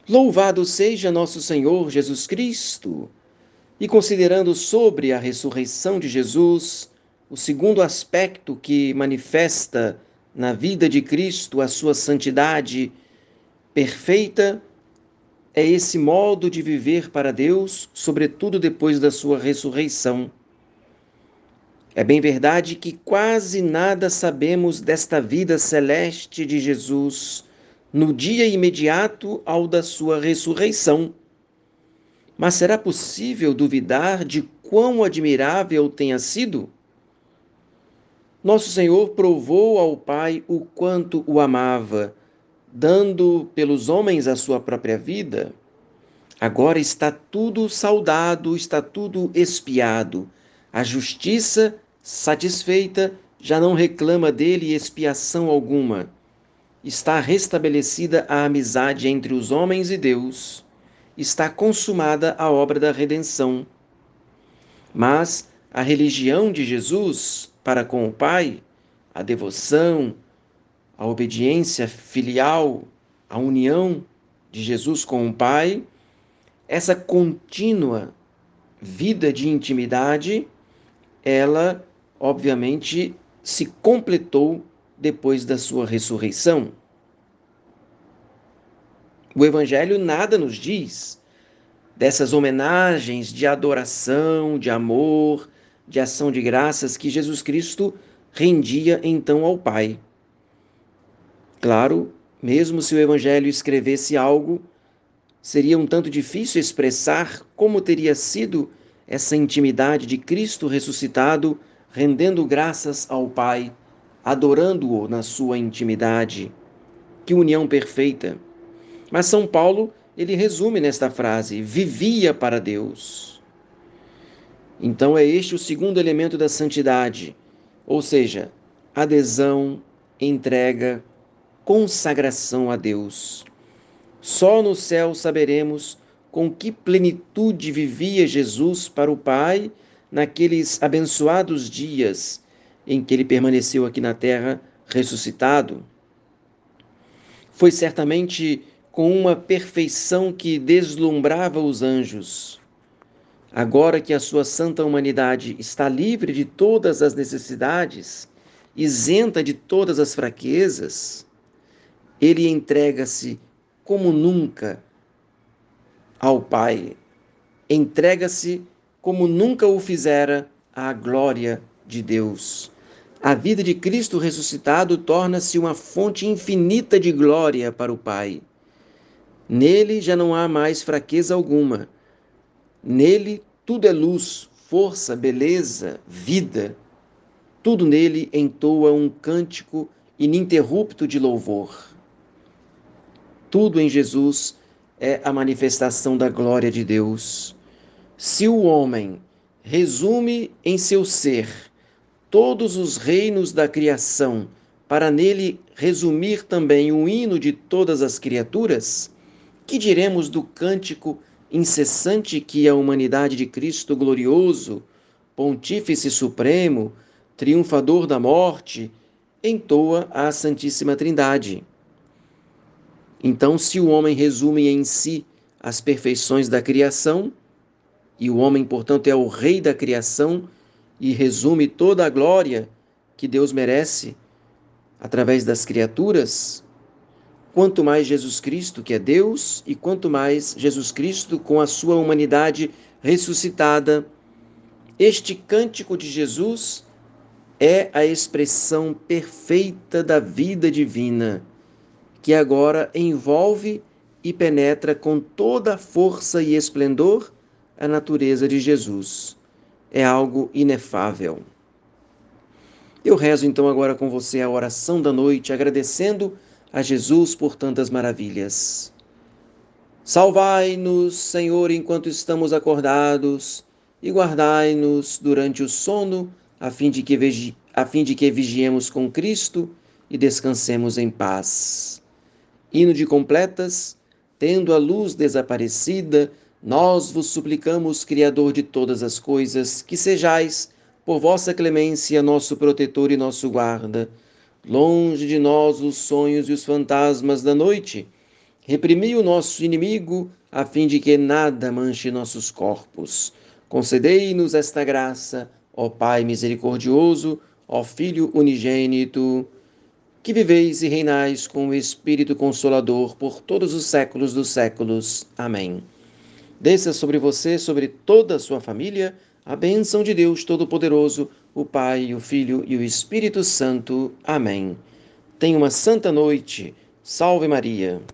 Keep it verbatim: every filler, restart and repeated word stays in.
Louvado seja nosso Senhor Jesus Cristo! E considerando sobre a ressurreição de Jesus, o segundo aspecto que manifesta na vida de Cristo a sua santidade perfeita, é esse modo de viver para Deus, sobretudo depois da sua ressurreição. É bem verdade que quase nada sabemos desta vida celeste de Jesus no dia imediato ao da sua ressurreição. Mas será possível duvidar de quão admirável tenha sido? Nosso Senhor provou ao Pai o quanto o amava, dando pelos homens a sua própria vida. Agora está tudo saldado, está tudo expiado. A justiça, satisfeita, já não reclama dele expiação alguma. Está restabelecida a amizade entre os homens e Deus. Está consumada a obra da redenção. Mas a religião de Jesus para com o Pai, a devoção, a obediência filial, a união de Jesus com o Pai, essa contínua vida de intimidade, ela, obviamente, se completou depois da sua ressurreição. O Evangelho nada nos diz dessas homenagens de adoração, de amor, de ação de graças que Jesus Cristo rendia então ao Pai. Claro, mesmo se o Evangelho escrevesse algo, seria um tanto difícil expressar como teria sido essa intimidade de Cristo ressuscitado, rendendo graças ao Pai, adorando-o na sua intimidade. Que união perfeita! Mas São Paulo, ele resume nesta frase: vivia para Deus. Então é este o segundo elemento da santidade, ou seja, adesão, entrega, consagração a Deus. Só no céu saberemos com que plenitude vivia Jesus para o Pai naqueles abençoados dias em que ele permaneceu aqui na terra ressuscitado. Foi certamente com uma perfeição que deslumbrava os anjos. Agora que a sua santa humanidade está livre de todas as necessidades, isenta de todas as fraquezas, ele entrega-se como nunca ao Pai, entrega-se como nunca o fizera à glória de Deus. A vida de Cristo ressuscitado torna-se uma fonte infinita de glória para o Pai. Nele já não há mais fraqueza alguma. Nele tudo é luz, força, beleza, vida. Tudo nele entoa um cântico ininterrupto de louvor. Tudo em Jesus é a manifestação da glória de Deus. Se o homem resume em seu ser todos os reinos da criação, para nele resumir também o hino de todas as criaturas, que diremos do cântico incessante que a humanidade de Cristo glorioso, Pontífice Supremo, Triunfador da morte, entoa à Santíssima Trindade? Então, se o homem resume em si as perfeições da criação, e o homem, portanto, é o rei da criação e resume toda a glória que Deus merece através das criaturas, quanto mais Jesus Cristo, que é Deus, e quanto mais Jesus Cristo com a sua humanidade ressuscitada. Este cântico de Jesus é a expressão perfeita da vida divina, que agora envolve e penetra com toda a força e esplendor a natureza de Jesus. É algo inefável. Eu rezo então agora com você a oração da noite, agradecendo a Jesus por tantas maravilhas. Salvai-nos, Senhor, enquanto estamos acordados, e guardai-nos durante o sono, a fim de que, vigi... a fim de que vigiemos com Cristo e descansemos em paz. Hino de completas, tendo a luz desaparecida, nós vos suplicamos, Criador de todas as coisas, que sejais, por vossa clemência, nosso protetor e nosso guarda. Longe de nós os sonhos e os fantasmas da noite, Reprimi o nosso inimigo, a fim de que nada manche nossos corpos. Concedei-nos esta graça, ó Pai misericordioso, ó Filho unigênito, que viveis e reinais com o Espírito Consolador por todos os séculos dos séculos. Amém. Desça sobre você, sobre toda a sua família, a bênção de Deus Todo-Poderoso, o Pai, o Filho e o Espírito Santo. Amém. Tenha uma santa noite. Salve Maria.